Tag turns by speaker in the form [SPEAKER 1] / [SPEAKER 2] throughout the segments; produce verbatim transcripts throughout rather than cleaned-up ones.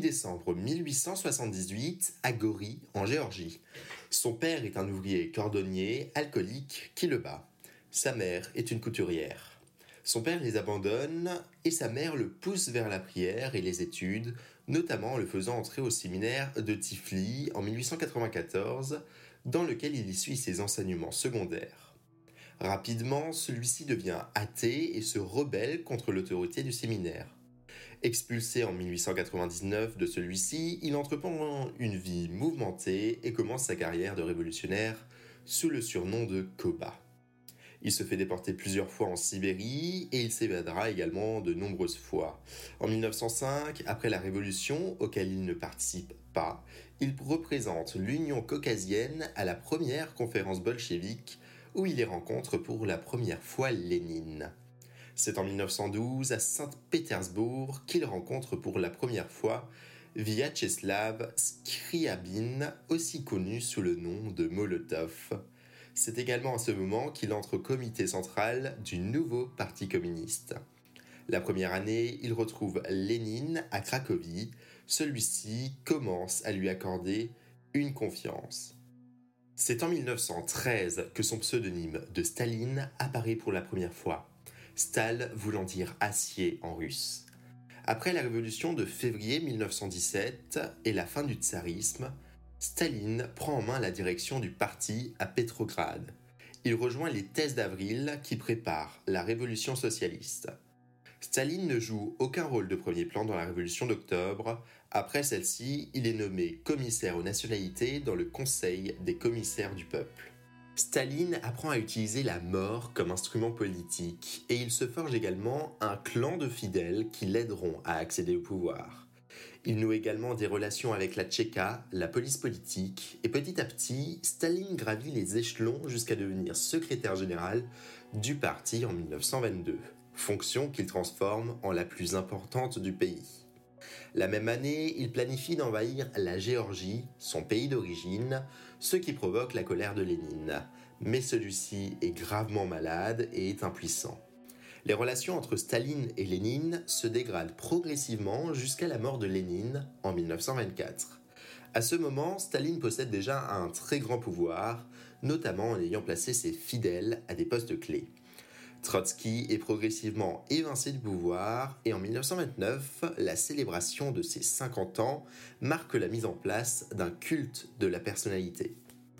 [SPEAKER 1] décembre mille huit cent soixante-dix-huit, à Gori, en Géorgie. Son père est un ouvrier cordonnier, alcoolique, qui le bat. Sa mère est une couturière. Son père les abandonne et sa mère le pousse vers la prière et les études, notamment en le faisant entrer au séminaire de Tiflis en mille huit cent quatre-vingt-quatorze, dans lequel il y suit ses enseignements secondaires. Rapidement, celui-ci devient athée et se rebelle contre l'autorité du séminaire. Expulsé en mille huit cent quatre-vingt-dix-neuf de celui-ci, il entreprend une vie mouvementée et commence sa carrière de révolutionnaire sous le surnom de Koba. Il se fait déporter plusieurs fois en Sibérie et il s'évadera également de nombreuses fois. En mille neuf cent cinq, après la Révolution, auquel il ne participe pas, il représente l'Union caucasienne à la première conférence bolchevique où il y rencontre pour la première fois Lénine. C'est en mille neuf cent douze, à Saint-Pétersbourg, qu'il rencontre pour la première fois Vyacheslav Scriabine, aussi connu sous le nom de Molotov. C'est également à ce moment qu'il entre au comité central du nouveau parti communiste. La première année, il retrouve Lénine à Cracovie. Celui-ci commence à lui accorder une confiance. C'est en mille neuf cent treize que son pseudonyme de Staline apparaît pour la première fois. Stal voulant dire acier en russe. Après la révolution de février mille neuf cent dix-sept et la fin du tsarisme, Staline prend en main la direction du parti à Petrograd. Il rejoint les thèses d'avril qui préparent la révolution socialiste. Staline ne joue aucun rôle de premier plan dans la révolution d'octobre. Après celle-ci, il est nommé commissaire aux nationalités dans le Conseil des commissaires du peuple. Staline apprend à utiliser la mort comme instrument politique et il se forge également un clan de fidèles qui l'aideront à accéder au pouvoir. Il noue également des relations avec la Tchéka, la police politique, et petit à petit, Staline gravit les échelons jusqu'à devenir secrétaire général du parti en mille neuf cent vingt-deux, fonction qu'il transforme en la plus importante du pays. La même année, il planifie d'envahir la Géorgie, son pays d'origine, ce qui provoque la colère de Lénine. Mais celui-ci est gravement malade et est impuissant. Les relations entre Staline et Lénine se dégradent progressivement jusqu'à la mort de Lénine en mille neuf cent vingt-quatre. À ce moment, Staline possède déjà un très grand pouvoir, notamment en ayant placé ses fidèles à des postes clés. Trotsky est progressivement évincé du pouvoir et en mille neuf cent vingt-neuf, la célébration de ses cinquante ans marque la mise en place d'un culte de la personnalité.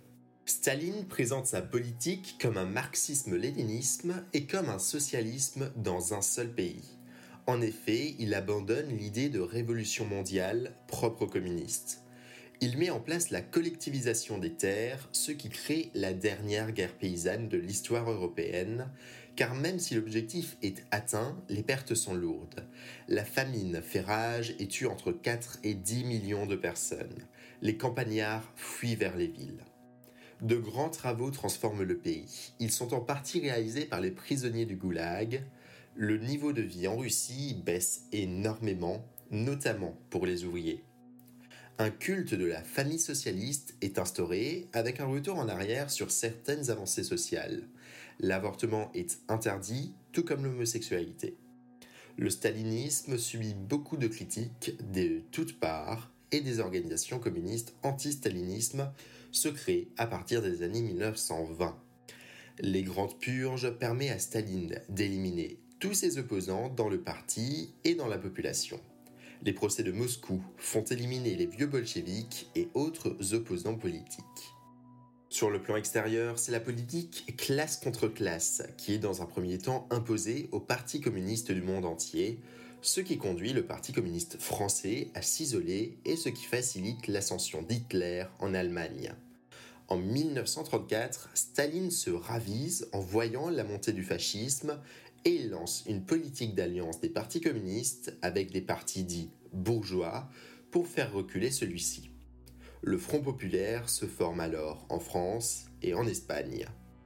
[SPEAKER 1] Staline présente sa politique comme un marxisme-léninisme et comme un socialisme dans un seul pays. En effet, il abandonne l'idée de révolution mondiale propre aux communistes. Il met en place la collectivisation des terres, ce qui crée la dernière guerre paysanne de l'histoire européenne, car même si l'objectif est atteint, les pertes sont lourdes. La famine fait rage et tue entre quatre et dix millions de personnes. Les campagnards fuient vers les villes. De grands travaux transforment le pays. Ils sont en partie réalisés par les prisonniers du goulag. Le niveau de vie en Russie baisse énormément, notamment pour les ouvriers. Un culte de la famille socialiste est instauré avec un retour en arrière sur certaines avancées sociales. L'avortement est interdit, tout comme l'homosexualité. Le stalinisme subit beaucoup de critiques de toutes parts et des organisations communistes anti-stalinisme se créent à partir des années mille neuf cent vingt. Les grandes purges permettent à Staline d'éliminer tous ses opposants dans le parti et dans la population. Les procès de Moscou font éliminer les vieux bolcheviks et autres opposants politiques. Sur le plan extérieur, c'est la politique classe contre classe qui est dans un premier temps imposée au Parti communiste du monde entier, ce qui conduit le Parti communiste français à s'isoler et ce qui facilite l'ascension d'Hitler en Allemagne. En mille neuf cent trente-quatre, Staline se ravise en voyant la montée du fascisme et il lance une politique d'alliance des partis communistes avec des partis dits bourgeois pour faire reculer celui-ci. Le Front populaire se forme alors en France et en Espagne.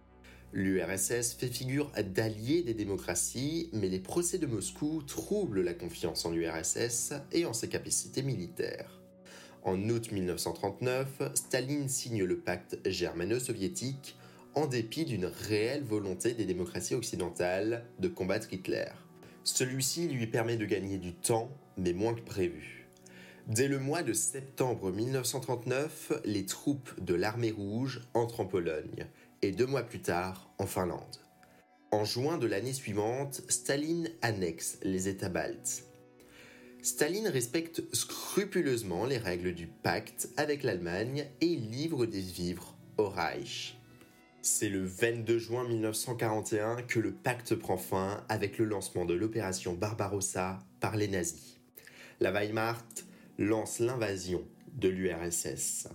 [SPEAKER 1] L'U R S S fait figure d'allié des démocraties, mais les procès de Moscou troublent la confiance en l'U R S S et en ses capacités militaires. En août mille neuf cent trente-neuf, Staline signe le pacte germano-soviétique en dépit d'une réelle volonté des démocraties occidentales de combattre Hitler. Celui-ci lui permet de gagner du temps, mais moins que prévu. Dès le mois de septembre mille neuf cent trente-neuf, les troupes de l'armée rouge entrent en Pologne, et deux mois plus tard, en Finlande. En juin de l'année suivante, Staline annexe les États baltes. Staline respecte scrupuleusement les règles du pacte avec l'Allemagne et livre des vivres au Reich. C'est le vingt-deux juin mille neuf cent quarante et un que le pacte prend fin avec le lancement de l'opération Barbarossa par les nazis. La Wehrmacht lance l'invasion de l'U R S S.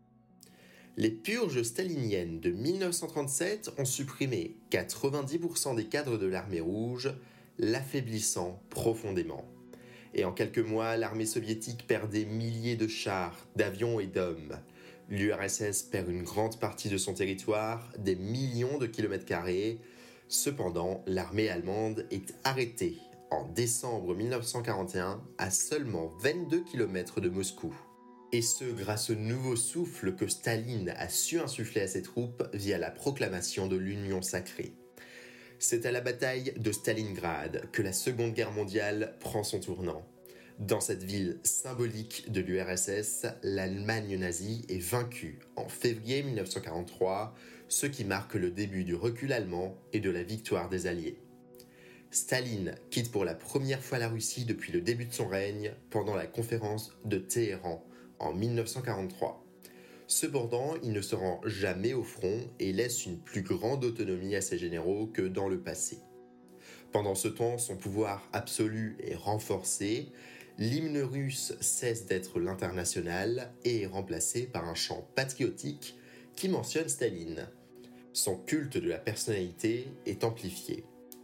[SPEAKER 1] Les purges staliniennes de mille neuf cent trente-sept ont supprimé quatre-vingt-dix pour cent des cadres de l'armée rouge, l'affaiblissant profondément. Et en quelques mois, l'armée soviétique perd des milliers de chars, d'avions et d'hommes. L'U R S S perd une grande partie de son territoire, des millions de kilomètres carrés. Cependant, l'armée allemande est arrêtée en décembre mille neuf cent quarante et un à seulement vingt-deux kilomètres de Moscou. Et ce, grâce au nouveau souffle que Staline a su insuffler à ses troupes via la proclamation de l'Union sacrée. C'est à la bataille de Stalingrad que la Seconde Guerre mondiale prend son tournant. Dans cette ville symbolique de l'U R S S, l'Allemagne nazie est vaincue en février mille neuf cent quarante-trois, ce qui marque le début du recul allemand et de la victoire des Alliés. Staline quitte pour la première fois la Russie depuis le début de son règne pendant la conférence de Téhéran en mille neuf cent quarante-trois. Cependant, il ne se rend jamais au front et laisse une plus grande autonomie à ses généraux que dans le passé. Pendant ce temps, son pouvoir absolu est renforcé, l'hymne russe cesse d'être l'international et est remplacé par un chant patriotique qui mentionne Staline. Son culte de la personnalité est amplifié.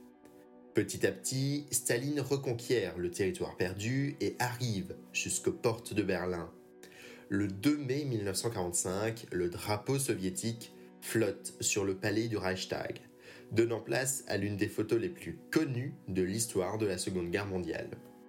[SPEAKER 1] Petit à petit, Staline reconquiert le territoire perdu et arrive jusqu'aux portes de Berlin. Le deux mai mille neuf cent quarante-cinq, le drapeau soviétique flotte sur le palais du Reichstag, donnant place à l'une des photos les plus connues de l'histoire de la Seconde Guerre mondiale.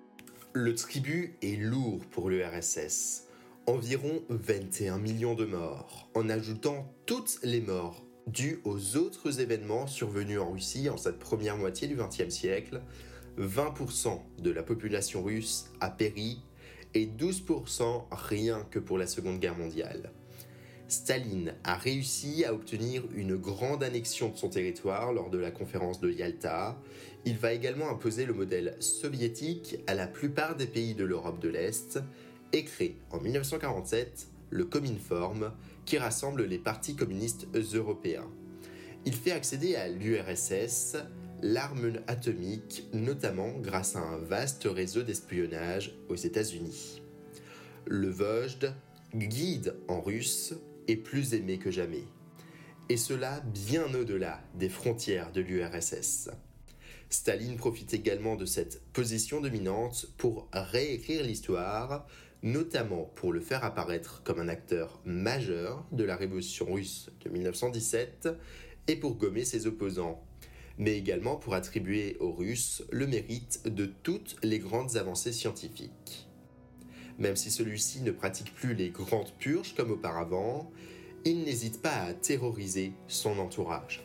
[SPEAKER 1] Le tribut est lourd pour l'U R S S, environ vingt et un millions de morts, en ajoutant toutes les morts dues aux autres événements survenus en Russie en cette première moitié du vingtième siècle. vingt pour cent de la population russe a péri et douze pour cent rien que pour la Seconde Guerre mondiale. Staline a réussi à obtenir une grande annexion de son territoire lors de la conférence de Yalta. Il va également imposer le modèle soviétique à la plupart des pays de l'Europe de l'Est et crée en mille neuf cent quarante-sept le Cominform qui rassemble les partis communistes européens. Il fait accéder à l'U R S S l'arme atomique, notamment grâce à un vaste réseau d'espionnage aux États-Unis. Le Vojde, guide en russe, est plus aimé que jamais. Et cela bien au-delà des frontières de l'U R S S. Staline profite également de cette position dominante pour réécrire l'histoire, notamment pour le faire apparaître comme un acteur majeur de la révolution russe de mille neuf cent dix-sept et pour gommer ses opposants, mais également pour attribuer aux Russes le mérite de toutes les grandes avancées scientifiques. Même si celui-ci ne pratique plus les grandes purges comme auparavant, il n'hésite pas à terroriser son entourage.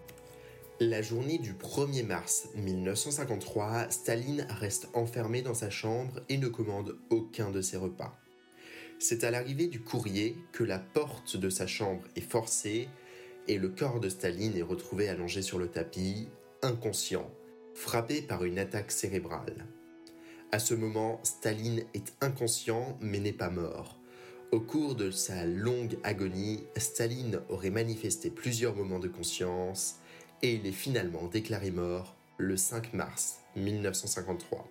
[SPEAKER 1] La journée du premier mars mille neuf cent cinquante-trois, Staline reste enfermé dans sa chambre et ne commande aucun de ses repas. C'est à l'arrivée du courrier que la porte de sa chambre est forcée et le corps de Staline est retrouvé allongé sur le tapis, inconscient, frappé par une attaque cérébrale. À ce moment, Staline est inconscient mais n'est pas mort. Au cours de sa longue agonie, Staline aurait manifesté plusieurs moments de conscience et il est finalement déclaré mort le cinq mars mille neuf cent cinquante-trois.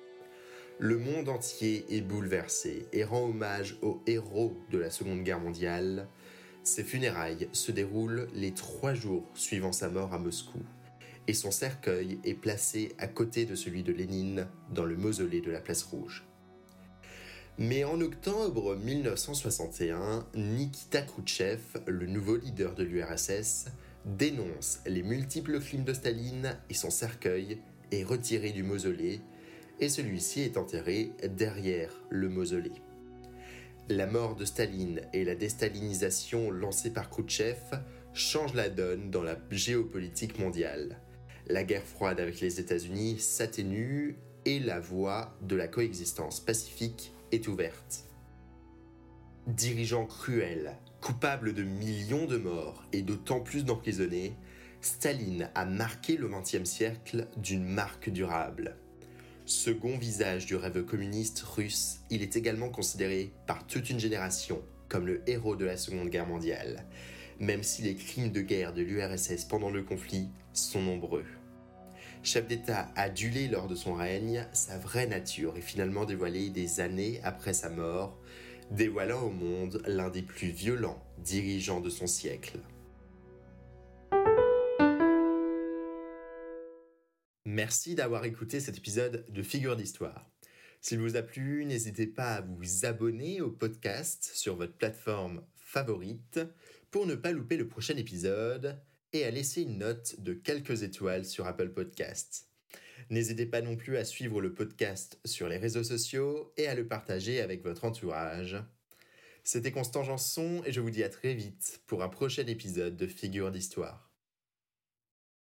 [SPEAKER 1] Le monde entier est bouleversé et rend hommage aux héros de la Seconde Guerre mondiale. Ses funérailles se déroulent les trois jours suivant sa mort à Moscou et son cercueil est placé à côté de celui de Lénine dans le mausolée de la Place Rouge. Mais en octobre mille neuf cent soixante et un, Nikita Khrouchtchev, le nouveau leader de l'U R S S, dénonce les multiples crimes de Staline et son cercueil est retiré du mausolée et celui-ci est enterré derrière le mausolée. La mort de Staline et la déstalinisation lancée par Khrouchtchev changent la donne dans la géopolitique mondiale. La guerre froide avec les États-Unis s'atténue et la voie de la coexistence pacifique est ouverte. Dirigeant cruel, coupable de millions de morts et d'autant plus d'emprisonnés, Staline a marqué le vingtième siècle d'une marque durable. Second visage du rêve communiste russe, il est également considéré par toute une génération comme le héros de la Seconde Guerre mondiale, même si les crimes de guerre de l'U R S S pendant le conflit sont nombreux. Chef d'État adulé lors de son règne, sa vraie nature est finalement dévoilée des années après sa mort, dévoilant au monde l'un des plus violents dirigeants de son siècle. Merci d'avoir écouté cet épisode de Figures d'Histoire. S'il vous a plu, n'hésitez pas à vous abonner au podcast sur votre plateforme favorite pour ne pas louper le prochain épisode et à laisser une note de quelques étoiles sur Apple Podcasts. N'hésitez pas non plus à suivre le podcast sur les réseaux sociaux et à le partager avec votre entourage. C'était Constant Janson et je vous dis à très vite pour un prochain épisode de Figures d'Histoire.